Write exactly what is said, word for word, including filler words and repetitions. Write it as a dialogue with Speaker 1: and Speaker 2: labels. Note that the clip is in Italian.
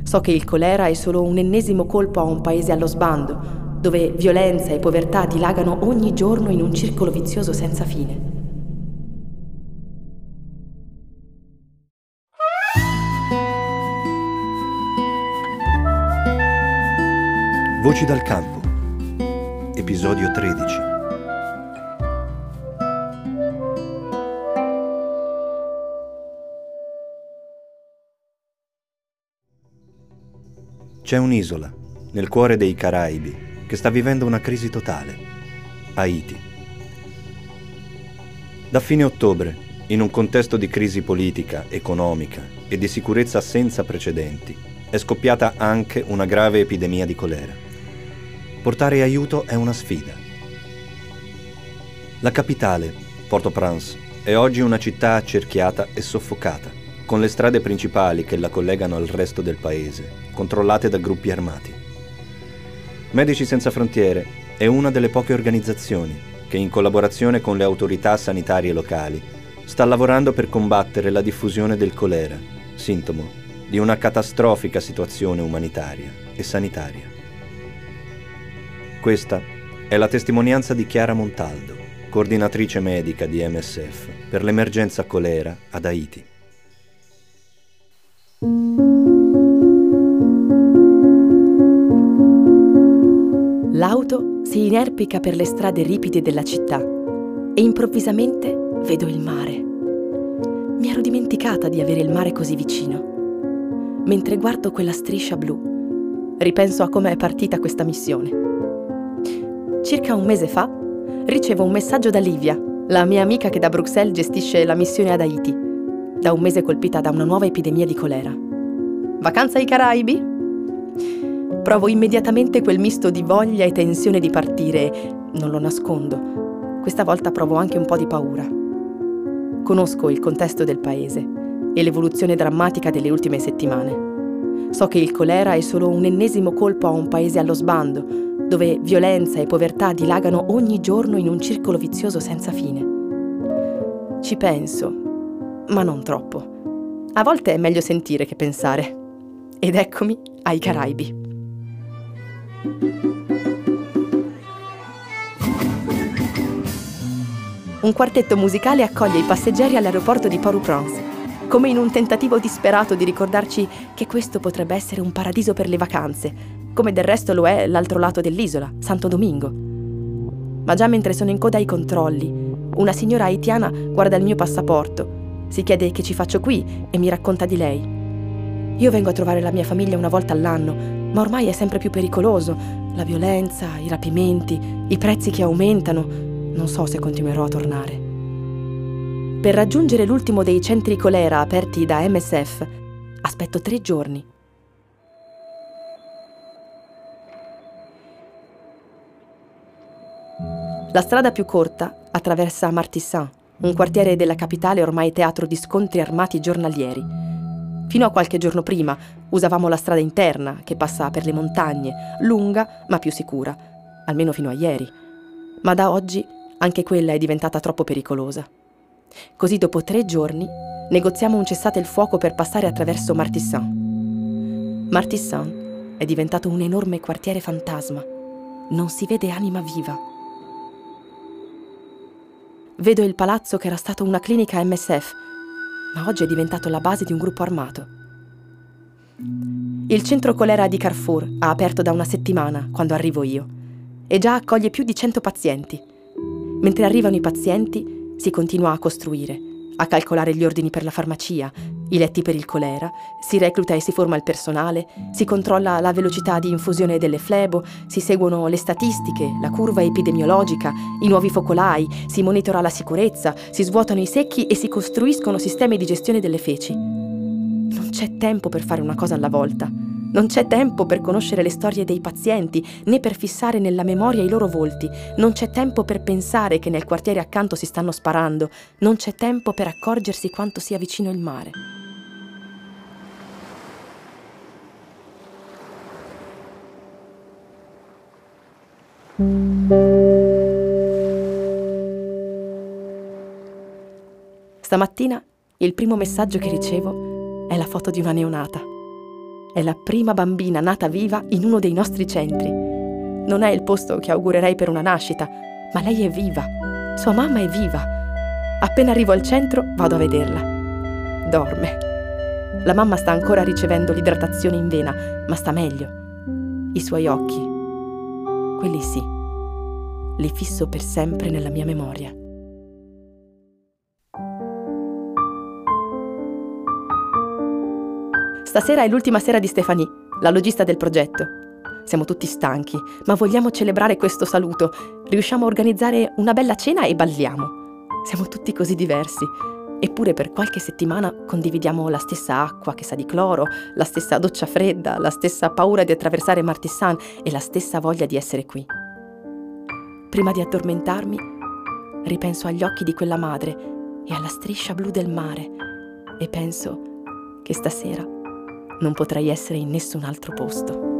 Speaker 1: So che il colera è solo un ennesimo colpo a un paese allo sbando, dove violenza e povertà dilagano ogni giorno in un circolo vizioso senza fine.
Speaker 2: Voci dal campo, episodio tredici. C'è un'isola, nel cuore dei Caraibi, che sta vivendo una crisi totale: Haiti. Da fine ottobre, in un contesto di crisi politica, economica e di sicurezza senza precedenti, è scoppiata anche una grave epidemia di colera. Portare aiuto è una sfida. La capitale, Port-au-Prince, è oggi una città accerchiata e soffocata, con le strade principali che la collegano al resto del paese, controllate da gruppi armati. Medici Senza Frontiere è una delle poche organizzazioni che, in collaborazione con le autorità sanitarie locali, sta lavorando per combattere la diffusione del colera, sintomo di una catastrofica situazione umanitaria e sanitaria. Questa è la testimonianza di Chiara Montaldo, coordinatrice medica di M S F per l'emergenza colera ad Haiti.
Speaker 1: L'auto si inerpica per le strade ripide della città e improvvisamente vedo il mare. Mi ero dimenticata di avere il mare così vicino. Mentre guardo quella striscia blu, ripenso a come è partita questa missione. Circa un mese fa ricevo un messaggio da Livia, la mia amica che da Bruxelles gestisce la missione ad Haiti, da un mese colpita da una nuova epidemia di colera. Vacanza ai Caraibi? Provo immediatamente quel misto di voglia e tensione di partire, non lo nascondo. Questa volta provo anche un po' di paura. Conosco il contesto del paese e l'evoluzione drammatica delle ultime settimane. So che il colera è solo un ennesimo colpo a un paese allo sbando, dove violenza e povertà dilagano ogni giorno in un circolo vizioso senza fine. Ci penso, ma non troppo. A volte è meglio sentire che pensare. Ed eccomi ai Caraibi. Un quartetto musicale accoglie i passeggeri all'aeroporto di Port-au-Prince, come in un tentativo disperato di ricordarci che questo potrebbe essere un paradiso per le vacanze, come del resto lo è l'altro lato dell'isola, Santo Domingo. Ma già mentre sono in coda ai controlli, una signora haitiana guarda il mio passaporto, si chiede che ci faccio qui e mi racconta di lei. Io vengo a trovare la mia famiglia una volta all'anno, ma ormai è sempre più pericoloso. La violenza, i rapimenti, i prezzi che aumentano. Non so se continuerò a tornare. Per raggiungere l'ultimo dei centri colera aperti da M S F, aspetto tre giorni. La strada più corta attraversa Martissan, un quartiere della capitale ormai teatro di scontri armati giornalieri. Fino a qualche giorno prima usavamo la strada interna, che passa per le montagne, lunga ma più sicura, almeno fino a ieri. Ma da oggi anche quella è diventata troppo pericolosa. Così dopo tre giorni negoziamo un cessate il fuoco per passare attraverso Martissan. Martissan è diventato un enorme quartiere fantasma. Non si vede anima viva. Vedo il palazzo che era stato una clinica M S F, ma oggi è diventato la base di un gruppo armato. Il centro colera di Carrefour ha aperto da una settimana, quando arrivo io, e già accoglie più di cento pazienti. Mentre arrivano i pazienti, si continua a costruire, a calcolare gli ordini per la farmacia, i letti per il colera, si recluta e si forma il personale, si controlla la velocità di infusione delle flebo, si seguono le statistiche, la curva epidemiologica, i nuovi focolai, si monitora la sicurezza, si svuotano i secchi e si costruiscono sistemi di gestione delle feci. Non c'è tempo per fare una cosa alla volta. Non c'è tempo per conoscere le storie dei pazienti, né per fissare nella memoria i loro volti. Non c'è tempo per pensare che nel quartiere accanto si stanno sparando. Non c'è tempo per accorgersi quanto sia vicino il mare. Stamattina il primo messaggio che ricevo è la foto di una neonata. È la prima bambina nata viva in uno dei nostri centri. Non è il posto che augurerei per una nascita, ma lei è viva. Sua mamma è viva. Appena arrivo al centro, vado a vederla. Dorme. La mamma sta ancora ricevendo l'idratazione in vena, ma sta meglio. I suoi occhi, quelli sì, li fisso per sempre nella mia memoria. Stasera è l'ultima sera di Stéphanie, la logista del progetto. Siamo tutti stanchi, ma vogliamo celebrare questo saluto. Riusciamo a organizzare una bella cena e balliamo. Siamo tutti così diversi. Eppure per qualche settimana condividiamo la stessa acqua che sa di cloro, la stessa doccia fredda, la stessa paura di attraversare Martissan e la stessa voglia di essere qui. Prima di addormentarmi, ripenso agli occhi di quella madre e alla striscia blu del mare e penso che stasera non potrei essere in nessun altro posto.